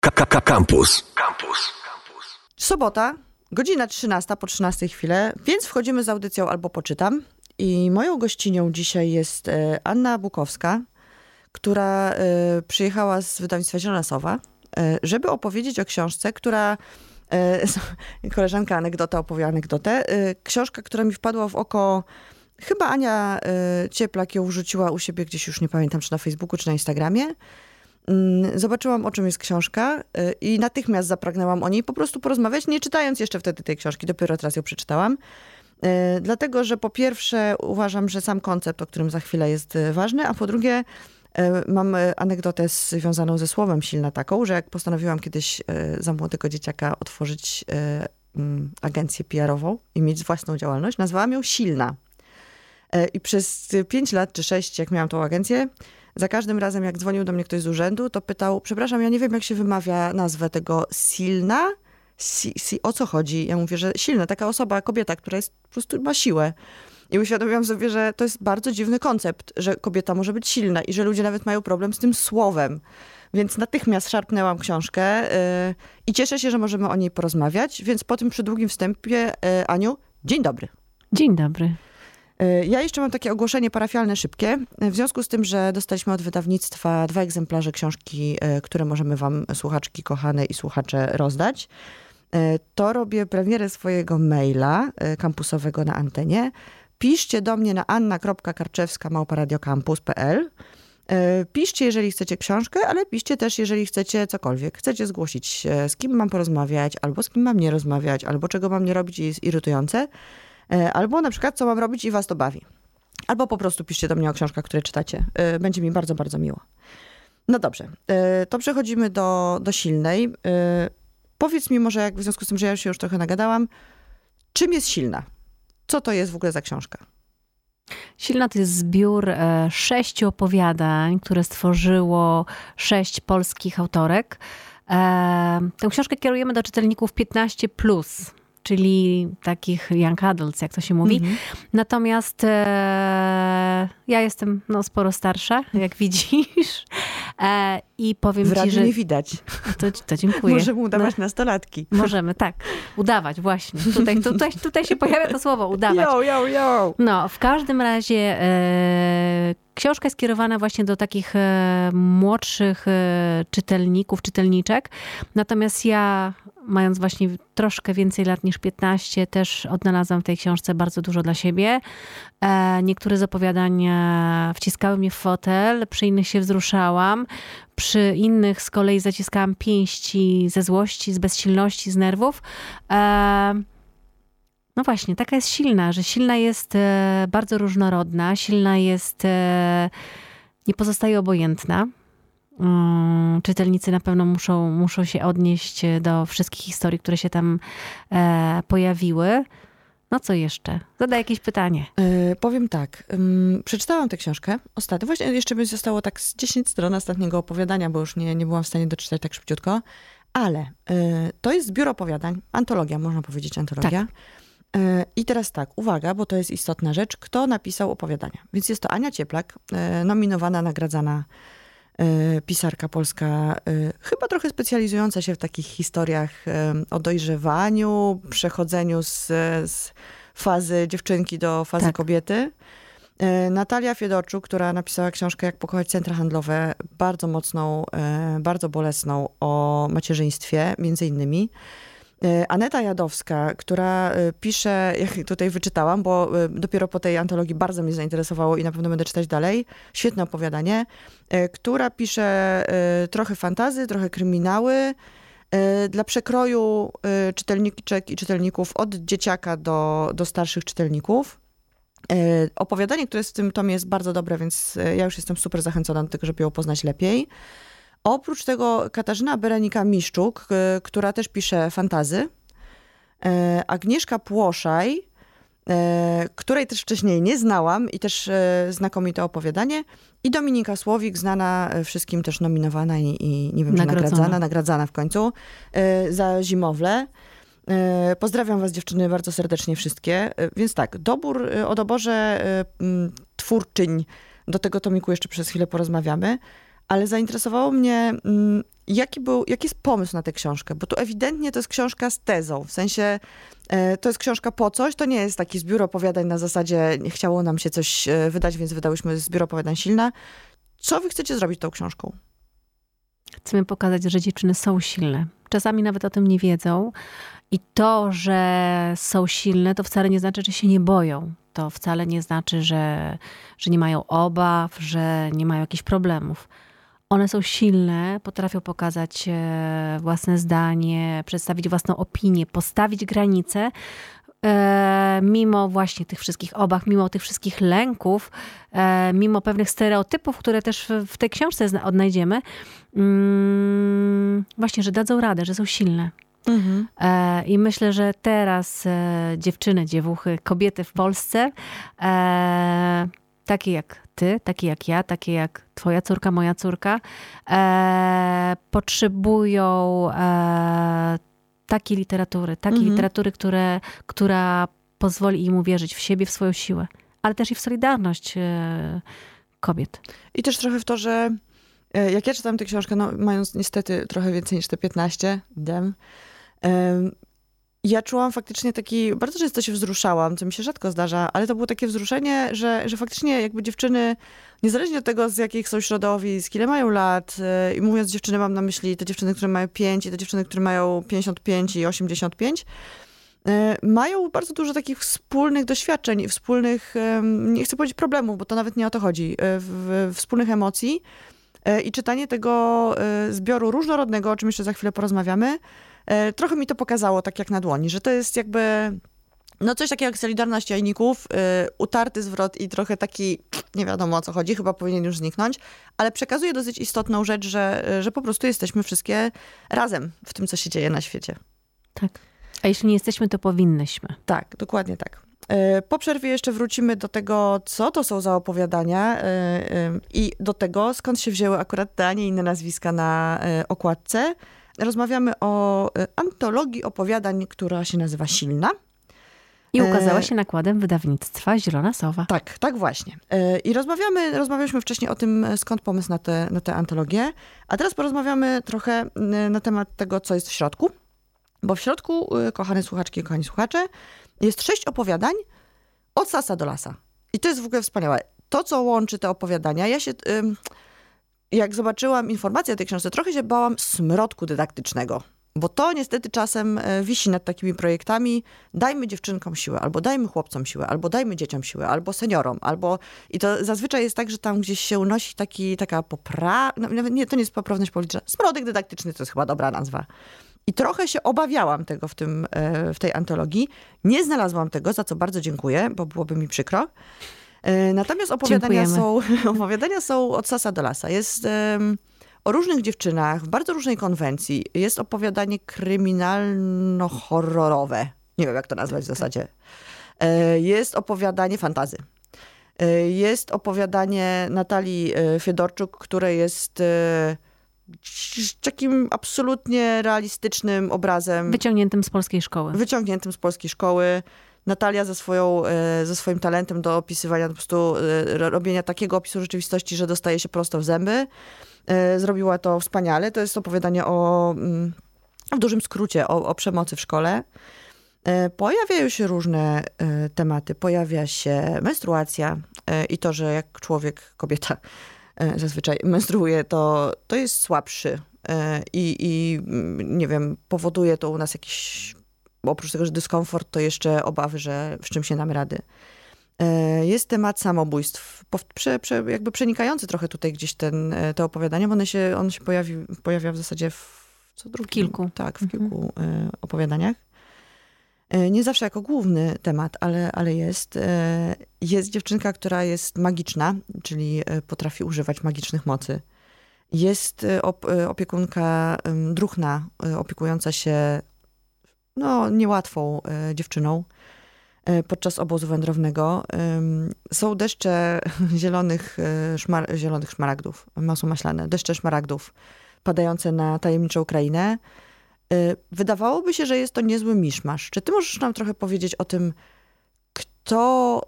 Campus. Sobota, godzina 13, po 13 chwilę, więc wchodzimy z audycją Albo Poczytam. I moją gościnią dzisiaj jest Anna Bukowska, która przyjechała z wydawnictwa Zielona Sowa, żeby opowiedzieć o książce, która... koleżanka anegdota opowie anegdotę. Książka, która mi wpadła w oko... Chyba Ania Cieplak ją wrzuciła u siebie gdzieś, już nie pamiętam, czy na Facebooku, czy na Instagramie. Zobaczyłam, o czym jest książka i natychmiast zapragnęłam o niej po prostu porozmawiać, nie czytając jeszcze wtedy tej książki. Dopiero teraz ją przeczytałam. Dlatego, że po pierwsze uważam, że sam koncept, o którym za chwilę, jest ważny, a po drugie mam anegdotę związaną ze słowem silna taką, że jak postanowiłam kiedyś za młodego dzieciaka otworzyć agencję PR-ową i mieć własną działalność, nazwałam ją Silna. I przez 5 lat czy 6, jak miałam tą agencję, za każdym razem, jak dzwonił do mnie ktoś z urzędu, to pytał, przepraszam, ja nie wiem, jak się wymawia nazwę tego Silna. O co chodzi? Ja mówię, że silna, taka osoba, kobieta, która jest, po prostu ma siłę. I uświadomiłam sobie, że to jest bardzo dziwny koncept, że kobieta może być silna i że ludzie nawet mają problem z tym słowem. Więc natychmiast szarpnęłam książkę i cieszę się, że możemy o niej porozmawiać. Więc po tym przydługim wstępie, Aniu, dzień dobry. Dzień dobry. Ja jeszcze mam takie ogłoszenie parafialne szybkie. W związku z tym, że dostaliśmy od wydawnictwa 2 egzemplarze książki, które możemy wam, słuchaczki kochane i słuchacze, rozdać, to robię premierę swojego maila kampusowego na antenie. Piszcie do mnie na anna.karczewska@radiocampus.pl. Piszcie, jeżeli chcecie książkę, ale piszcie też, jeżeli chcecie cokolwiek. Chcecie zgłosić, z kim mam porozmawiać, albo z kim mam nie rozmawiać, albo czego mam nie robić i jest irytujące, albo na przykład, co mam robić i was to bawi. Albo po prostu piszcie do mnie o książkach, które czytacie. Będzie mi bardzo, bardzo miło. No dobrze, to przechodzimy do Silnej. Powiedz mi może, jak w związku z tym, że ja się już trochę nagadałam, czym jest Silna? Co to jest w ogóle za książka? Silna to jest zbiór 6 opowiadań, które stworzyło 6 polskich autorek. Tę książkę kierujemy do czytelników 15+, czyli takich young adults, jak to się mówi. Natomiast ja jestem sporo starsza, jak widzisz. I powiem ci, że... nie widać. To dziękuję. Możemy udawać nastolatki. Możemy, tak. Udawać, właśnie. Tutaj się pojawia to słowo, udawać. Yo. No, w każdym razie książka jest skierowana właśnie do takich młodszych czytelników, czytelniczek. Natomiast ja, mając właśnie troszkę więcej lat niż 15, też odnalazłam w tej książce bardzo dużo dla siebie. Niektóre z opowiadań wciskały mnie w fotel, przy innych się wzruszałam, przy innych z kolei zaciskałam pięści ze złości, z bezsilności, z nerwów. No właśnie, taka jest Silna, że Silna jest bardzo różnorodna, Silna jest, nie pozostaje obojętna. Czytelnicy na pewno muszą się odnieść do wszystkich historii, które się tam pojawiły. No co jeszcze? Zadaj jakieś pytanie. Powiem tak. Przeczytałam tę książkę ostatnio. Właśnie jeszcze mi zostało tak z 10 stron ostatniego opowiadania, bo już nie byłam w stanie doczytać tak szybciutko. Ale to jest zbiór opowiadań. Antologia, można powiedzieć antologia. Tak. I teraz tak, uwaga, bo to jest istotna rzecz. Kto napisał opowiadania? Więc jest to Ania Cieplak, nominowana, nagradzana pisarka polska, chyba trochę specjalizująca się w takich historiach o dojrzewaniu, przechodzeniu z fazy dziewczynki do fazy kobiety. Natalia Fiedorczuk, która napisała książkę Jak pokochać centra handlowe, bardzo mocną, bardzo bolesną o macierzyństwie, między innymi. Aneta Jadowska, która pisze, jak tutaj wyczytałam, bo dopiero po tej antologii bardzo mnie zainteresowało i na pewno będę czytać dalej, świetne opowiadanie, która pisze trochę fantasy, trochę kryminały, dla przekroju czytelniczek i czytelników od dzieciaka do starszych czytelników. Opowiadanie, które jest w tym tomie, jest bardzo dobre, więc ja już jestem super zachęcona do tego, żeby ją poznać lepiej. Oprócz tego Katarzyna Berenika-Miszczuk, która też pisze fantazy. Agnieszka Płoszaj, której też wcześniej nie znałam i też znakomite opowiadanie. I Dominika Słowik, znana wszystkim, też nominowana i nie wiem, czy nagradzana w końcu, za Zimowlę. Pozdrawiam was, dziewczyny, bardzo serdecznie wszystkie. Więc tak, o doborze twórczyń do tego tomiku jeszcze przez chwilę porozmawiamy. ale zainteresowało mnie, jaki jest pomysł na tę książkę, bo tu ewidentnie to jest książka z tezą, w sensie to jest książka po coś, to nie jest taki zbiór opowiadań na zasadzie nie chciało nam się coś wydać, więc wydałyśmy zbiór opowiadań silna. Co wy chcecie zrobić tą książką? Chcemy pokazać, że dziewczyny są silne. Czasami nawet o tym nie wiedzą. I to, że są silne, to wcale nie znaczy, że się nie boją. To wcale nie znaczy, że nie mają obaw, że nie mają jakichś problemów. One są silne, potrafią pokazać własne zdanie, przedstawić własną opinię, postawić granice, mimo właśnie tych wszystkich obaw, mimo tych wszystkich lęków, mimo pewnych stereotypów, które też w tej książce odnajdziemy, właśnie, że dadzą radę, że są silne. Mhm. I myślę, że teraz dziewczyny, dziewuchy, kobiety w Polsce, takie jak ty, takie jak ja, takie jak twoja córka, moja córka, potrzebują takiej literatury, która pozwoli im uwierzyć w siebie, w swoją siłę, ale też i w solidarność kobiet. I też trochę w to, że jak ja czytałam tę książkę, no, mając niestety trochę więcej niż te 15, ja czułam faktycznie bardzo często się wzruszałam, co mi się rzadko zdarza, ale to było takie wzruszenie, że faktycznie jakby dziewczyny, niezależnie od tego, z jakich są środowisk, ile mają lat, i mówiąc dziewczyny, mam na myśli te dziewczyny, które mają 5 i te dziewczyny, które mają 55 i 85, mają bardzo dużo takich wspólnych doświadczeń i wspólnych, nie chcę powiedzieć problemów, bo to nawet nie o to chodzi, wspólnych emocji. I czytanie tego zbioru różnorodnego, o czym jeszcze za chwilę porozmawiamy, trochę mi to pokazało tak jak na dłoni, że to jest jakby coś takiego jak Solidarność Jajników, utarty zwrot i trochę taki, nie wiadomo o co chodzi, chyba powinien już zniknąć, ale przekazuje dosyć istotną rzecz, że po prostu jesteśmy wszystkie razem w tym, co się dzieje na świecie. Tak. A jeśli nie jesteśmy, to powinnyśmy. Tak, dokładnie tak. Po przerwie jeszcze wrócimy do tego, co to są za opowiadania i do tego, skąd się wzięły akurat te, a nie inne nazwiska na okładce. Rozmawiamy o antologii opowiadań, która się nazywa Silna. I ukazała się nakładem wydawnictwa Zielona Sowa. Tak właśnie. I rozmawialiśmy wcześniej o tym, skąd pomysł na tę antologię, a teraz porozmawiamy trochę na temat tego, co jest w środku. Bo w środku, kochane słuchaczki i kochani słuchacze, jest 6 opowiadań od sasa do lasa. I to jest w ogóle wspaniałe. To, co łączy te opowiadania, jak zobaczyłam informację o tej książce, trochę się bałam smrodku dydaktycznego. Bo to niestety czasem wisi nad takimi projektami. Dajmy dziewczynkom siłę, albo dajmy chłopcom siłę, albo dajmy dzieciom siłę, albo seniorom, albo... I to zazwyczaj jest tak, że tam gdzieś się unosi taka nie, to nie jest poprawność polityczna. Smrodek dydaktyczny to jest chyba dobra nazwa. I trochę się obawiałam tego w tej antologii. Nie znalazłam tego, za co bardzo dziękuję, bo byłoby mi przykro. Natomiast opowiadania są od sasa do lasa. Jest o różnych dziewczynach, w bardzo różnej konwencji. Jest opowiadanie kryminalno-horrorowe. Nie wiem, jak to nazwać w zasadzie. Jest opowiadanie fantazy. Jest opowiadanie Natalii Fiedorczuk, które jest takim absolutnie realistycznym obrazem. Wyciągniętym z polskiej szkoły. Natalia ze swoim talentem do opisywania, po prostu robienia takiego opisu rzeczywistości, że dostaje się prosto w zęby. Zrobiła to wspaniale. To jest opowiadanie w dużym skrócie, o przemocy w szkole. Pojawiają się różne tematy. Pojawia się menstruacja i to, że jak kobieta zazwyczaj menstruuje, to jest słabszy i nie wiem, powoduje to u nas jakiś, oprócz tego, że dyskomfort, to jeszcze obawy, że w czym się damy rady. Jest temat samobójstw, jakby przenikający trochę tutaj gdzieś te opowiadania, bo on się pojawia w zasadzie w kilku. Tak, w kilku opowiadaniach. Nie zawsze jako główny temat, ale jest. Jest dziewczynka, która jest magiczna, czyli potrafi używać magicznych mocy. Jest opiekunka druhna, opiekująca się niełatwą dziewczyną podczas obozu wędrownego. Są deszcze zielonych szmaragdów, masło maślane, deszcze szmaragdów padające na tajemniczą krainę. Wydawałoby się, że jest to niezły miszmasz. Czy ty możesz nam trochę powiedzieć o tym, kto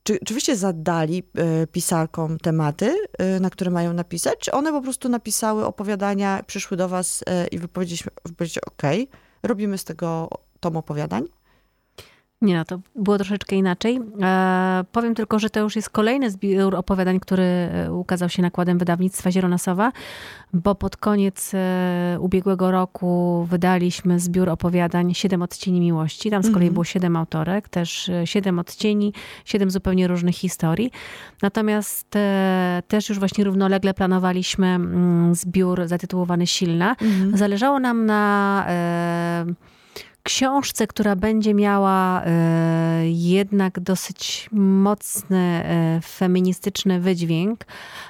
czy wyście zadali pisarkom tematy, na które mają napisać, czy one po prostu napisały opowiadania, przyszły do was i wypowiedzieliście, okej, robimy z tego tom opowiadań? Nie, no to było troszeczkę inaczej. Powiem tylko, że to już jest kolejny zbiór opowiadań, który ukazał się nakładem wydawnictwa Zielonasowa, bo pod koniec ubiegłego roku wydaliśmy zbiór opowiadań 7 odcieni miłości. Tam z kolei było 7 autorek, też 7 odcieni, 7 zupełnie różnych historii. Natomiast też już właśnie równolegle planowaliśmy zbiór zatytułowany Silna. Zależało nam na książce, która będzie miała jednak dosyć mocny feministyczny wydźwięk.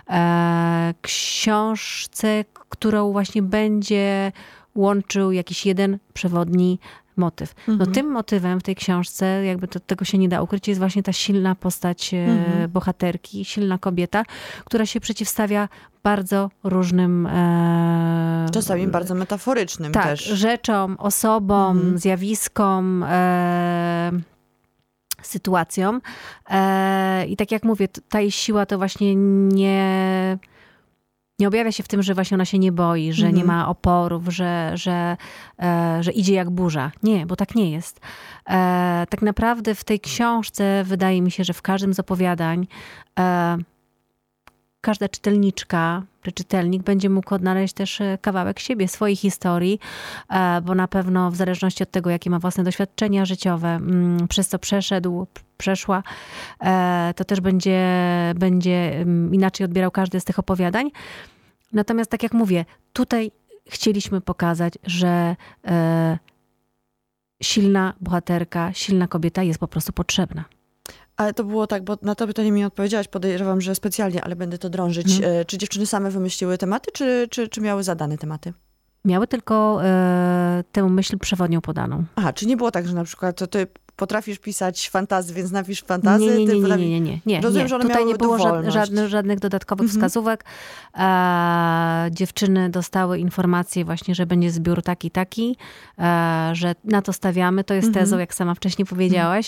Książce, którą właśnie będzie łączył jakiś jeden przewodni motyw. No tym motywem w tej książce, jakby tego się nie da ukryć, jest właśnie ta silna postać bohaterki, silna kobieta, która się przeciwstawia bardzo różnym... Czasami bardzo metaforycznym też. Rzeczom, osobom, zjawiskom, sytuacjom. I tak jak mówię, ta jej siła to właśnie nie objawia się w tym, że właśnie ona się nie boi, że nie ma oporów, że idzie jak burza. Nie, bo tak nie jest. Tak naprawdę w tej książce wydaje mi się, że w każdym z opowiadań każda czytelniczka czy czytelnik będzie mógł odnaleźć też kawałek siebie, swojej historii, bo na pewno w zależności od tego, jakie ma własne doświadczenia życiowe, przez co przeszła, to też będzie inaczej odbierał każdy z tych opowiadań. Natomiast tak jak mówię, tutaj chcieliśmy pokazać, że silna bohaterka, silna kobieta jest po prostu potrzebna. Ale to było tak, bo na to pytanie mi odpowiedziałaś, podejrzewam, że specjalnie, ale będę to drążyć. Czy dziewczyny same wymyśliły tematy, czy miały zadane tematy? Miały tylko tę myśl przewodnią podaną. Aha, czy nie było tak, że na przykład to ty potrafisz pisać fantazy, więc napisz fantazy? Nie. Rozumiem, że one tutaj miały nie było dowolność. żadnych dodatkowych wskazówek. Dziewczyny dostały informację właśnie, że będzie zbiór taki, że na to stawiamy. To jest tezą, jak sama wcześniej powiedziałaś.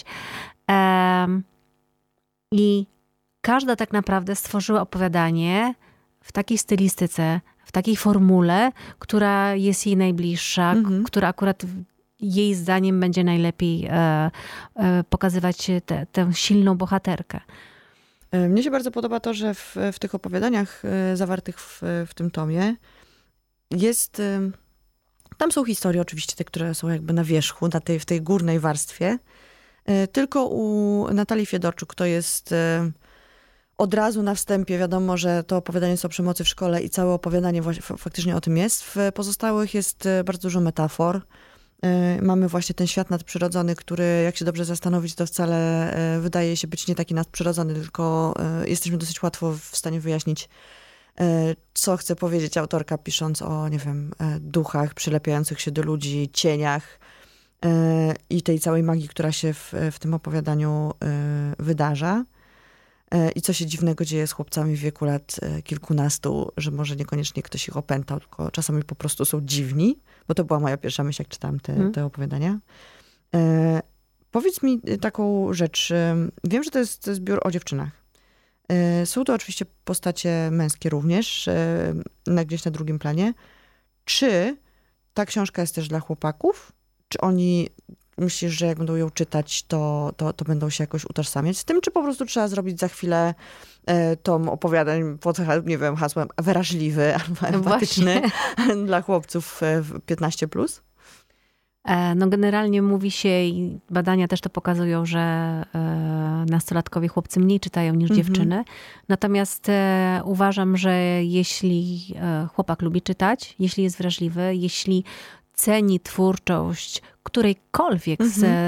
I każda tak naprawdę stworzyła opowiadanie w takiej stylistyce, w takiej formule, która jest jej najbliższa, która akurat jej zdaniem będzie najlepiej pokazywać tę silną bohaterkę. Mnie się bardzo podoba to, że w tych opowiadaniach zawartych w tym tomie jest... Tam są historie oczywiście, te, które są jakby na wierzchu, w tej górnej warstwie. Tylko u Natalii Fiedorczuk to jest od razu na wstępie wiadomo, że to opowiadanie jest o przemocy w szkole i całe opowiadanie faktycznie o tym jest. W pozostałych jest bardzo dużo metafor. Mamy właśnie ten świat nadprzyrodzony, który, jak się dobrze zastanowić, to wcale wydaje się być nie taki nadprzyrodzony, tylko jesteśmy dosyć łatwo w stanie wyjaśnić, co chce powiedzieć autorka, pisząc o, nie wiem, duchach przylepiających się do ludzi, cieniach i tej całej magii, która się w tym opowiadaniu wydarza. I co się dziwnego dzieje z chłopcami w wieku lat kilkunastu, że może niekoniecznie ktoś ich opętał, tylko czasami po prostu są dziwni, bo to była moja pierwsza myśl, jak czytałam te opowiadania. Powiedz mi taką rzecz. Wiem, że to jest zbiór o dziewczynach. Są to oczywiście postacie męskie również, gdzieś na drugim planie. Czy ta książka jest też dla chłopaków? Czy oni... Myślisz, że jak będą ją czytać, to będą się jakoś utożsamiać z tym, czy po prostu trzeba zrobić za chwilę tom opowiadań pod, nie wiem, hasłem wrażliwy albo empatyczny dla chłopców 15+? No generalnie mówi się i badania też to pokazują, że nastolatkowie chłopcy mniej czytają niż dziewczyny. Natomiast uważam, że jeśli chłopak lubi czytać, jeśli jest wrażliwy, jeśli ceni twórczość którejkolwiek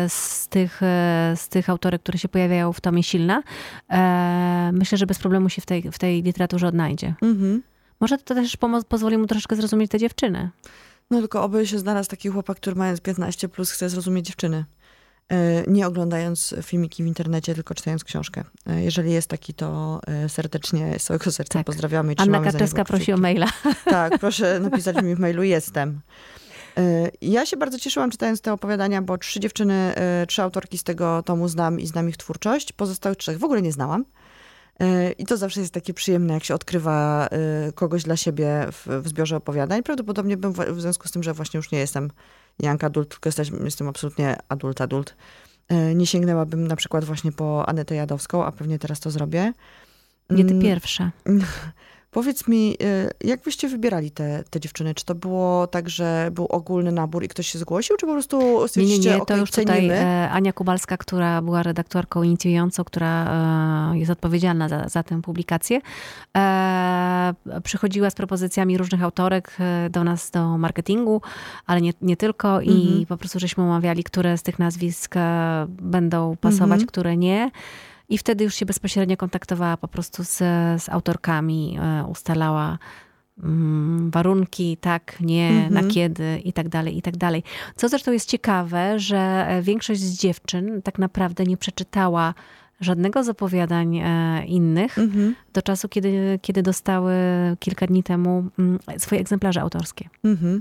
z tych autorek, które się pojawiają w tomie Silna, myślę, że bez problemu się w tej literaturze odnajdzie. Może to też pozwoli mu troszeczkę zrozumieć te dziewczyny. No tylko oby się znalazł taki chłopak, który mając 15+ chce zrozumieć dziewczyny. Nie oglądając filmiki w internecie, tylko czytając książkę. Jeżeli jest taki, to serdecznie z całego serca pozdrawiamy. I Anna Karczewska prosi o maila. Tak, proszę napisać mi w mailu jestem. Ja się bardzo cieszyłam czytając te opowiadania, bo 3 dziewczyny, 3 autorki z tego tomu znam i znam ich twórczość. Pozostałych 3 w ogóle nie znałam. I to zawsze jest takie przyjemne, jak się odkrywa kogoś dla siebie w zbiorze opowiadań. Prawdopodobnie bym w związku z tym, że właśnie już nie jestem young adult, tylko jestem absolutnie adult. Nie sięgnęłabym na przykład właśnie po Anetę Jadowską, a pewnie teraz to zrobię. Nie ty pierwsza. Powiedz mi, jak byście wybierali te dziewczyny? Czy to było tak, że był ogólny nabór i ktoś się zgłosił, czy po prostu stwierdziliście, Nie, to już cenimy? tutaj Ania Kubalska, która była redaktorką inicjującą, która jest odpowiedzialna za tę publikację, przychodziła z propozycjami różnych autorek do nas, do marketingu, ale nie tylko i po prostu żeśmy omawiali, które z tych nazwisk będą pasować, które nie. I wtedy już się bezpośrednio kontaktowała po prostu z autorkami, ustalała warunki, tak, nie, na kiedy i tak dalej, i tak dalej. Co zresztą jest ciekawe, że większość z dziewczyn tak naprawdę nie przeczytała żadnego z opowiadań innych do czasu, kiedy dostały kilka dni temu swoje egzemplarze autorskie.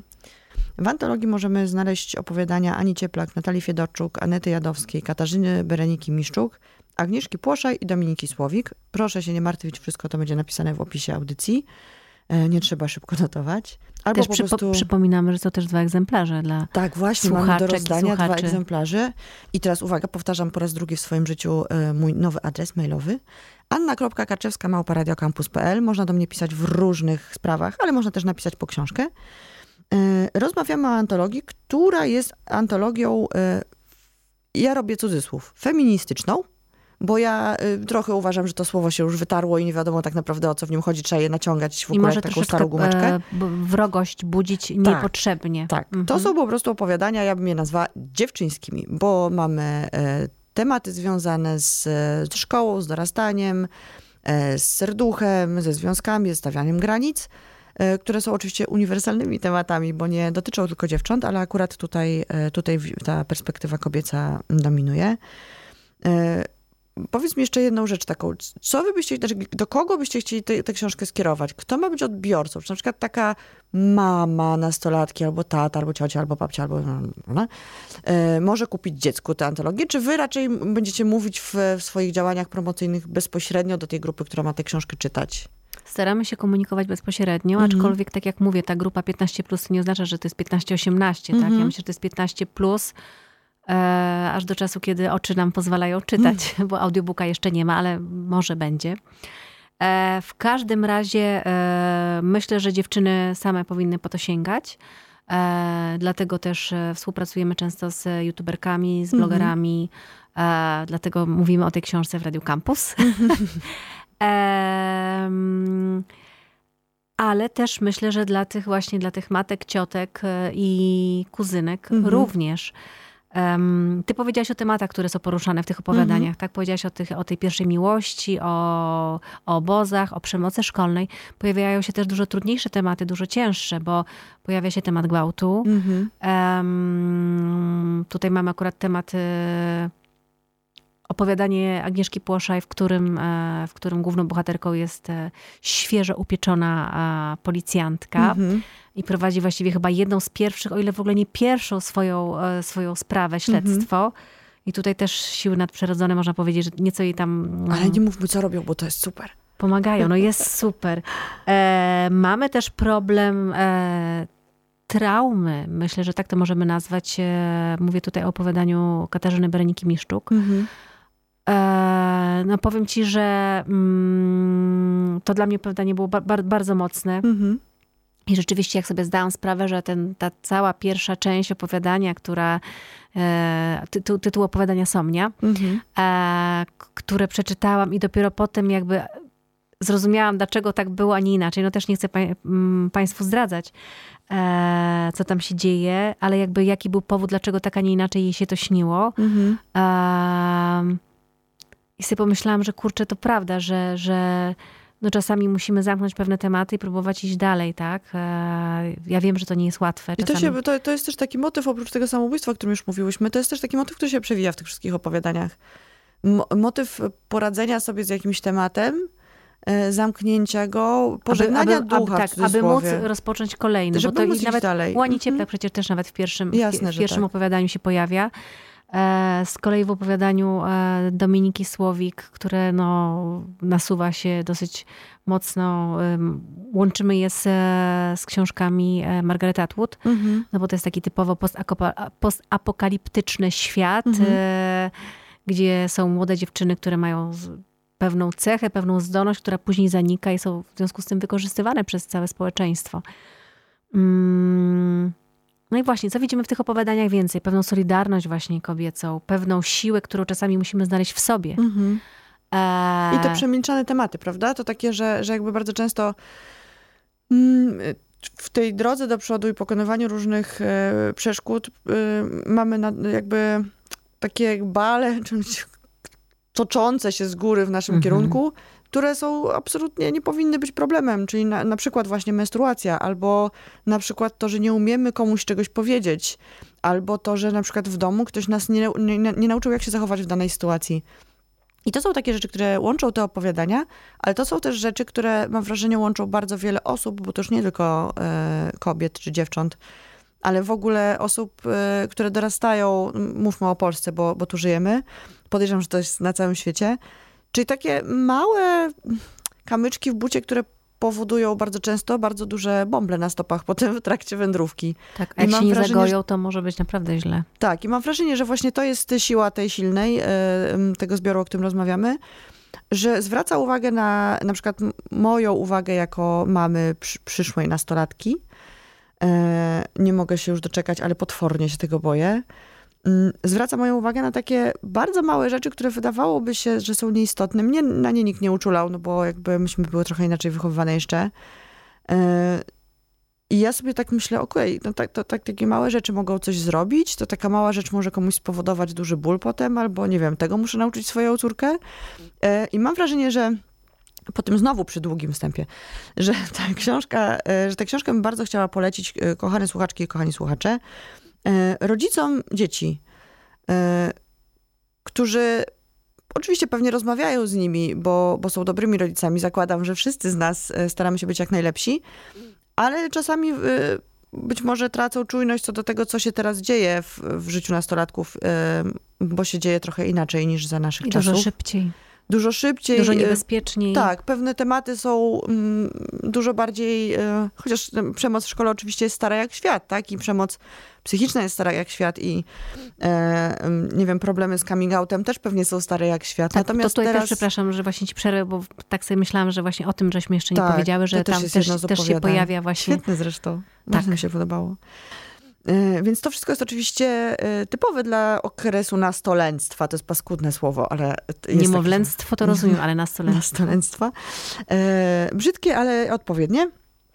W antologii możemy znaleźć opowiadania Ani Cieplak, Natalii Fiedorczuk, Anety Jadowskiej, Katarzyny Bereniki-Miszczuk, Agnieszki Płoszaj i Dominiki Słowik. Proszę się nie martwić, wszystko to będzie napisane w opisie audycji. Nie trzeba szybko notować. Albo też po prostu... przypominamy, że są też 2 egzemplarze dla Tak, właśnie, mamy do rozdania 2 egzemplarze. I teraz uwaga, powtarzam po raz drugi w swoim życiu mój nowy adres mailowy. anna.kaczewska@radiocampus.pl. Można do mnie pisać w różnych sprawach, ale można też napisać po książkę. Rozmawiamy o antologii, która jest antologią, ja robię cudzysłów, feministyczną, bo ja trochę uważam, że to słowo się już wytarło i nie wiadomo tak naprawdę, o co w nim chodzi. Trzeba je naciągać w ogóle jak taką starą gumeczkę. Wrogość budzić niepotrzebnie. Tak, to są po prostu opowiadania, ja bym je nazwała dziewczyńskimi, bo mamy tematy związane z szkołą, z dorastaniem, z serduchem, ze związkami, ze stawianiem granic, które są oczywiście uniwersalnymi tematami, bo nie dotyczą tylko dziewcząt, ale akurat tutaj ta perspektywa kobieca dominuje. Powiedz mi jeszcze jedną rzecz taką. Co wy byście, do kogo byście chcieli tę książkę skierować? Kto ma być odbiorcą? Czy na przykład taka mama nastolatki, albo tata, albo ciocia, albo babcia, albo może kupić dziecku tę antologię? Czy wy raczej będziecie mówić w swoich działaniach promocyjnych bezpośrednio do tej grupy, która ma tę książkę czytać? Staramy się komunikować bezpośrednio, aczkolwiek tak jak mówię, ta grupa 15+, to nie oznacza, że to jest 15-18, tak? Ja myślę, że to jest 15+, aż do czasu, kiedy oczy nam pozwalają czytać, bo audiobooka jeszcze nie ma, ale może będzie. W każdym razie myślę, że dziewczyny same powinny po to sięgać. Dlatego też współpracujemy często z youtuberkami, z blogerami. Dlatego mówimy o tej książce w Radiu Campus. Ale też myślę, że dla tych matek, ciotek i kuzynek również. Ty powiedziałaś o tematach, które są poruszane w tych opowiadaniach, tak? Powiedziałaś o tej pierwszej miłości, o obozach, o przemocy szkolnej. Pojawiają się też dużo trudniejsze tematy, dużo cięższe, bo pojawia się temat gwałtu. Tutaj mamy akurat temat opowiadanie Agnieszki Płoszaj, w którym główną bohaterką jest świeżo upieczona policjantka i prowadzi właściwie chyba jedną z pierwszych, o ile w ogóle nie pierwszą swoją sprawę, śledztwo. I tutaj też siły nadprzyrodzone, można powiedzieć, że nieco jej tam... Ale nie mówmy, co robią, bo to jest super. Pomagają, jest super. Mamy też problem traumy. Myślę, że tak to możemy nazwać. Mówię tutaj o opowiadaniu Katarzyny Bereniki-Miszczuk. Powiem ci, że to dla mnie opowiadanie było bardzo mocne. I rzeczywiście, jak sobie zdałam sprawę, że ta cała pierwsza część opowiadania, która tytuł opowiadania Somnia, które przeczytałam i dopiero potem jakby zrozumiałam, dlaczego tak było, a nie inaczej. No też nie chcę państwu zdradzać, co tam się dzieje, ale jakby jaki był powód, dlaczego tak, a nie inaczej jej się to śniło. I sobie pomyślałam, że kurczę, to prawda, że no czasami musimy zamknąć pewne tematy i próbować iść dalej, tak? Ja wiem, że to nie jest łatwe. Czasami... I to jest też taki motyw, oprócz tego samobójstwa, o którym już mówiłyśmy, to jest też taki motyw, który się przewija w tych wszystkich opowiadaniach. Motyw poradzenia sobie z jakimś tematem, zamknięcia go, pożegnania ducha aby móc rozpocząć kolejny. Żeby bo to móc nawet dalej. Łani Cieplak przecież też nawet w pierwszym tak. opowiadaniu się pojawia. Z kolei w opowiadaniu Dominiki Słowik, które nasuwa się dosyć mocno, łączymy je z książkami Margaret Atwood, bo to jest taki typowo postapokaliptyczny świat, gdzie są młode dziewczyny, które mają pewną cechę, pewną zdolność, która później zanika i są w związku z tym wykorzystywane przez całe społeczeństwo. No i właśnie, co widzimy w tych opowiadaniach więcej? Pewną solidarność właśnie kobiecą, pewną siłę, którą czasami musimy znaleźć w sobie. I te przemilczane tematy, prawda? To takie, że jakby bardzo często w tej drodze do przodu i pokonywaniu różnych przeszkód mamy jakby takie bale toczące się z góry w naszym kierunku, które są absolutnie nie powinny być problemem, czyli na przykład właśnie menstruacja, albo na przykład to, że nie umiemy komuś czegoś powiedzieć, albo to, że na przykład w domu ktoś nas nie nauczył, jak się zachować w danej sytuacji. I to są takie rzeczy, które łączą te opowiadania, ale to są też rzeczy, które mam wrażenie łączą bardzo wiele osób, bo to już nie tylko kobiet czy dziewcząt, ale w ogóle osób, które dorastają, mówmy o Polsce, bo tu żyjemy. Podejrzewam, że to jest na całym świecie. Czyli takie małe kamyczki w bucie, które powodują bardzo często bardzo duże bąble na stopach potem w trakcie wędrówki. Tak, a jak się nie zagoją, to może być naprawdę źle. Tak, i mam wrażenie, że właśnie to jest siła tej silnej, tego zbioru, o którym rozmawiamy, że zwraca uwagę na przykład moją uwagę jako mamy przyszłej nastolatki. Nie mogę się już doczekać, ale potwornie się tego boję. Zwraca moją uwagę na takie bardzo małe rzeczy, które wydawałoby się, że są nieistotne. Mnie na nie nikt nie uczulał, no bo jakby myśmy były trochę inaczej wychowywane jeszcze. I ja sobie tak myślę, okej, no takie małe rzeczy mogą coś zrobić, to taka mała rzecz może komuś spowodować duży ból potem, albo nie wiem, tego muszę nauczyć swoją córkę. I mam wrażenie, że po tym znowu przy długim wstępie, że tę książkę bym bardzo chciała polecić, kochane słuchaczki i kochani słuchacze, rodzicom dzieci, którzy oczywiście pewnie rozmawiają z nimi, bo są dobrymi rodzicami. Zakładam, że wszyscy z nas staramy się być jak najlepsi, ale czasami być może tracą czujność co do tego, co się teraz dzieje w życiu nastolatków, bo się dzieje trochę inaczej niż za naszych czasów. Dużo szybciej. Dużo niebezpieczniej. Tak, pewne tematy są dużo bardziej, chociaż przemoc w szkole oczywiście jest stara jak świat, tak? I przemoc psychiczna jest stara jak świat i nie wiem, problemy z coming outem też pewnie są stare jak świat. Tak, natomiast to tutaj teraz... też, przepraszam, że właśnie ci przerwę, bo tak sobie myślałam, że właśnie o tym żeśmy jeszcze nie powiedziały, że tam też się pojawia właśnie. Świetne zresztą. Bardzo mi się podobało. Więc to wszystko jest oczywiście typowe dla okresu nastolenstwa. To jest paskudne słowo, ale... Niemowlęctwo to rozumiem, ale nastolenstwo. Nastolenstwa. Brzydkie, ale odpowiednie.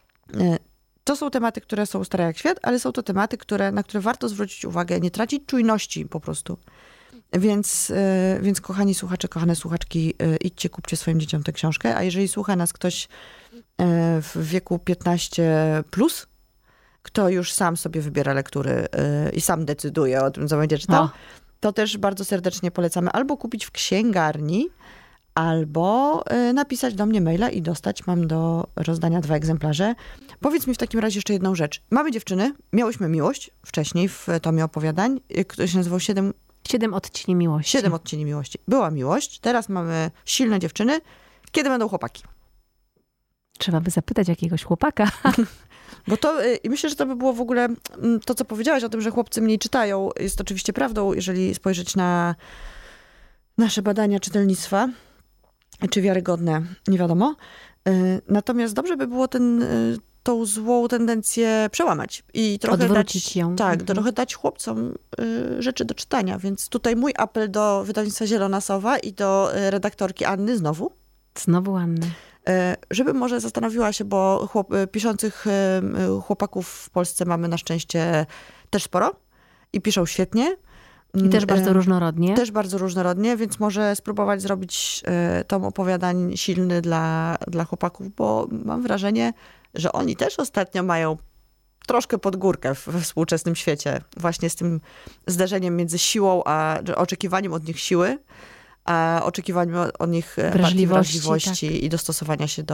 To są tematy, które są stare jak świat, ale są to tematy, na które warto zwrócić uwagę, nie tracić czujności po prostu. Więc kochani słuchacze, kochane słuchaczki, idźcie, kupcie swoim dzieciom tę książkę, a jeżeli słucha nas ktoś w wieku 15+, kto już sam sobie wybiera lektury i sam decyduje o tym, co będzie czytał, to też bardzo serdecznie polecamy albo kupić w księgarni, albo napisać do mnie maila i dostać. Mam do rozdania 2 egzemplarze. Powiedz mi w takim razie jeszcze jedną rzecz. Mamy dziewczyny, miałyśmy miłość wcześniej w tomie opowiadań, który się nazywał 7 odcieni miłości. 7 odcieni miłości. Była miłość, teraz mamy silne dziewczyny. Kiedy będą chłopaki? Trzeba by zapytać jakiegoś chłopaka. Bo to, i myślę, że to by było w ogóle, to co powiedziałaś o tym, że chłopcy mniej czytają, jest oczywiście prawdą, jeżeli spojrzeć na nasze badania czytelnictwa, czy wiarygodne, nie wiadomo. Natomiast dobrze by było tą złą tendencję przełamać i trochę odwrócić ją. Tak, trochę dać chłopcom rzeczy do czytania. Więc tutaj mój apel do wydawnictwa Zielona Sowa i do redaktorki Anny znowu. Znowu Anny. Żeby może zastanowiła się, bo piszących chłopaków w Polsce mamy na szczęście też sporo i piszą świetnie. I też bardzo różnorodnie. Też bardzo różnorodnie, więc może spróbować zrobić tom opowiadań silny dla chłopaków, bo mam wrażenie, że oni też ostatnio mają troszkę pod górkę we współczesnym świecie. Właśnie z tym zderzeniem między siłą, a oczekiwaniem od nich siły, a oczekiwaniu od nich wrażliwości i dostosowania się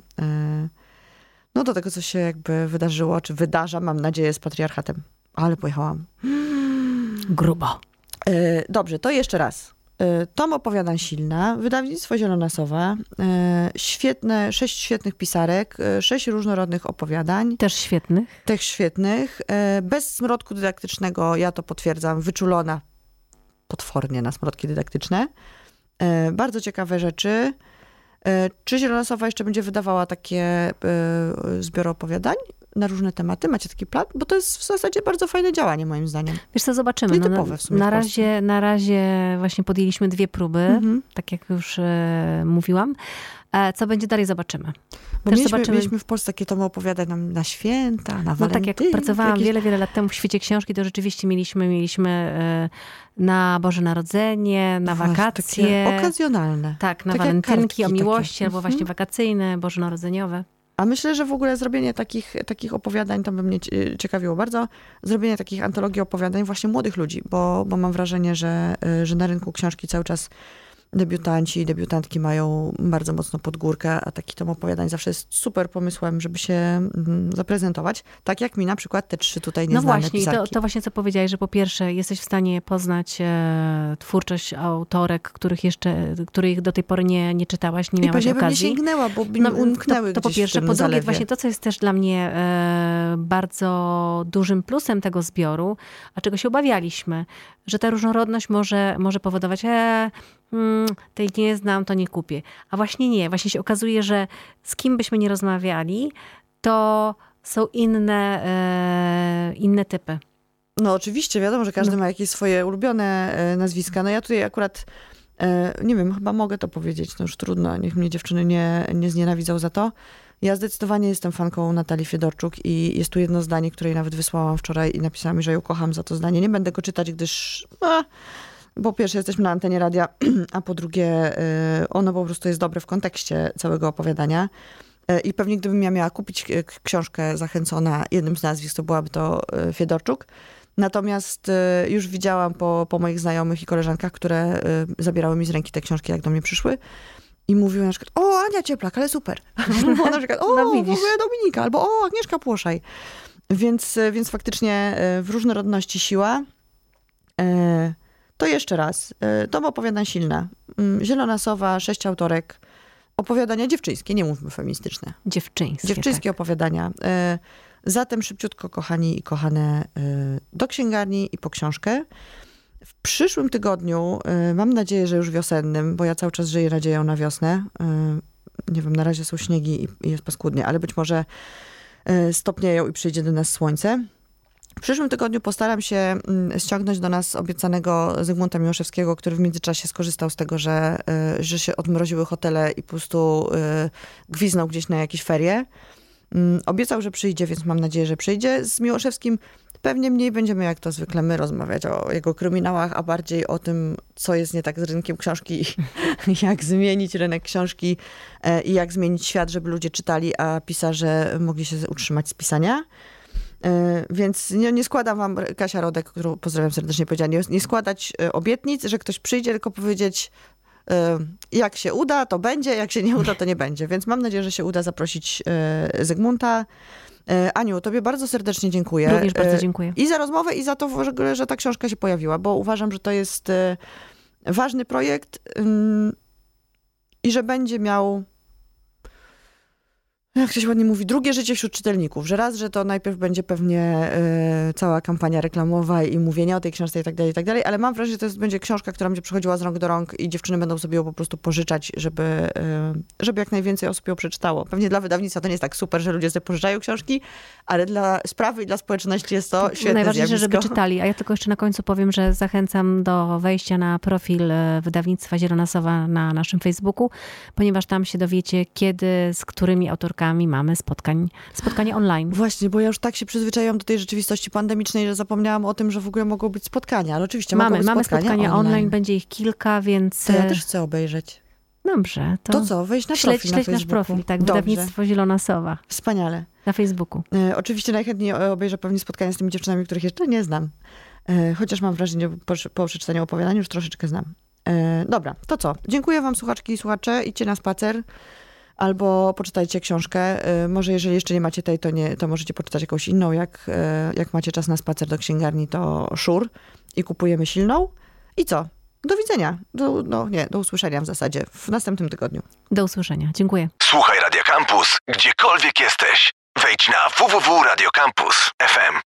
do tego, co się jakby wydarzyło, czy wydarza, mam nadzieję, z patriarchatem. Ale pojechałam. Grubo. Dobrze, to jeszcze raz. Tom opowiadań silna, wydawnictwo Zielona Sowa, 6 świetnych pisarek, 6 różnorodnych opowiadań. Też świetnych. Bez smrodku dydaktycznego, ja to potwierdzam, wyczulona potwornie na smrodki dydaktyczne. Bardzo ciekawe rzeczy. Czy Zielona Sowa jeszcze będzie wydawała takie zbiory opowiadań na różne tematy? Macie taki plan? Bo to jest w zasadzie bardzo fajne działanie, moim zdaniem. Wiesz co, zobaczymy. Nietypowe w sumie na razie właśnie podjęliśmy 2 próby, tak jak już mówiłam. Co będzie dalej, zobaczymy. Bo mieliśmy w Polsce takie tomy opowiadań na święta, na walentynki. Tak jak pracowałam wiele lat temu w świecie książki, to rzeczywiście mieliśmy na Boże Narodzenie, na wakacje. Takie okazjonalne. Tak, na walentynki, o miłości, albo właśnie wakacyjne, bożonarodzeniowe. A myślę, że w ogóle zrobienie takich opowiadań, to by mnie ciekawiło bardzo, zrobienie takich antologii opowiadań właśnie młodych ludzi, bo mam wrażenie, że na rynku książki cały czas debiutanci i debiutantki mają bardzo mocno pod górkę, a taki tom opowiadań zawsze jest super pomysłem, żeby się zaprezentować. Tak jak mi na przykład te 3 tutaj nieznane pisarki. No właśnie, to właśnie co powiedziałeś, że po pierwsze jesteś w stanie poznać twórczość autorek, których do tej pory nie czytałaś, nie miałaś okazji. I nie sięgnęła, bo mi umknęły to po pierwsze. Po drugie, właśnie to, co jest też dla mnie bardzo dużym plusem tego zbioru, a czego się obawialiśmy, że ta różnorodność może powodować tej nie znam, to nie kupię. A właśnie nie. Właśnie się okazuje, że z kim byśmy nie rozmawiali, to są inne typy. No oczywiście, wiadomo, że każdy ma jakieś swoje ulubione nazwiska. No ja tutaj akurat, nie wiem, chyba mogę to powiedzieć, no już trudno, niech mnie dziewczyny nie znienawidzą za to. Ja zdecydowanie jestem fanką Natalii Fiedorczuk i jest tu jedno zdanie, które jej nawet wysłałam wczoraj i napisała mi, że ją kocham za to zdanie. Nie będę go czytać, gdyż po pierwsze jesteśmy na antenie radia, a po drugie ono po prostu jest dobre w kontekście całego opowiadania. I pewnie gdybym ja miała kupić książkę zachęcona jednym z nazwisk, to byłaby to Fiedorczuk. Natomiast już widziałam po moich znajomych i koleżankach, które zabierały mi z ręki te książki, jak do mnie przyszły. I mówiły na przykład, o, Ania Cieplak, ale super. Albo na przykład, o, w ogóle Dominika, albo o, Agnieszka Płoszaj. Więc faktycznie w różnorodności siła. To jeszcze raz. Tom opowiadań silna. Zielona Sowa, 6 autorek. Opowiadania dziewczyńskie, nie mówmy feministyczne. Dziewczyńskie tak. Opowiadania. Zatem szybciutko, kochani i kochane, do księgarni i po książkę. W przyszłym tygodniu, mam nadzieję, że już wiosennym, bo ja cały czas żyję nadzieją na wiosnę. Nie wiem, na razie są śniegi i jest paskudnie, ale być może stopnieją i przyjdzie do nas słońce. W przyszłym tygodniu postaram się ściągnąć do nas obiecanego Zygmunta Miłoszewskiego, który w międzyczasie skorzystał z tego, że się odmroziły hotele i po prostu gwiznął gdzieś na jakieś ferie. Obiecał, że przyjdzie, więc mam nadzieję, że przyjdzie. Z Miłoszewskim pewnie mniej będziemy, jak to zwykle my, rozmawiać o jego kryminałach, a bardziej o tym, co jest nie tak z rynkiem książki, jak zmienić rynek książki i jak zmienić świat, żeby ludzie czytali, a pisarze mogli się utrzymać z pisania. Więc nie składam wam, Kasia Rodek, którą pozdrawiam serdecznie, powiedziała, nie składać obietnic, że ktoś przyjdzie, tylko powiedzieć, jak się uda, to będzie, jak się nie uda, to nie będzie. Więc mam nadzieję, że się uda zaprosić Zygmunta. Aniu, tobie bardzo serdecznie dziękuję. Również bardzo dziękuję. I za rozmowę, i za to, że ta książka się pojawiła, bo uważam, że to jest ważny projekt i że będzie miał, jak to się ładnie mówi, drugie życie wśród czytelników. Że to najpierw będzie pewnie cała kampania reklamowa i mówienie o tej książce i tak dalej, ale mam wrażenie, że to będzie książka, która będzie przechodziła z rąk do rąk i dziewczyny będą sobie ją po prostu pożyczać, żeby jak najwięcej osób ją przeczytało. Pewnie dla wydawnictwa to nie jest tak super, że ludzie sobie pożyczają książki, ale dla sprawy i dla społeczności jest to świetne najważniejsze, zjawisko. żeby czytali. A ja tylko jeszcze na końcu powiem, że zachęcam do wejścia na profil wydawnictwa Zielona Sowa na naszym Facebooku, ponieważ tam się dowiecie, kiedy, z którymi autorkami mamy spotkanie online. Właśnie, bo ja już tak się przyzwyczaiłam do tej rzeczywistości pandemicznej, że zapomniałam o tym, że w ogóle mogą być spotkania, ale oczywiście mogą być spotkania online, będzie ich kilka, więc... To ja też chcę obejrzeć. Dobrze. To co? Wejść na profil na Facebooku. Nasz profil, tak. Dobrze. Wydawnictwo Zielona Sowa. Wspaniale. Na Facebooku. Oczywiście najchętniej obejrzę pewnie spotkania z tymi dziewczynami, których jeszcze nie znam. Chociaż mam wrażenie, po przeczytaniu opowiadania już troszeczkę znam. Dobra, to co? Dziękuję wam, słuchaczki i słuchacze. Idźcie na spacer albo poczytajcie książkę. Może jeżeli jeszcze nie macie tej, to możecie poczytać jakąś inną. Jak macie czas na spacer do księgarni, to szur i kupujemy silną. I co? Do widzenia. Do usłyszenia w zasadzie w następnym tygodniu. Do usłyszenia. Dziękuję. Słuchaj Radia Campus, gdziekolwiek jesteś. Wejdź na www.radiocampus.fm.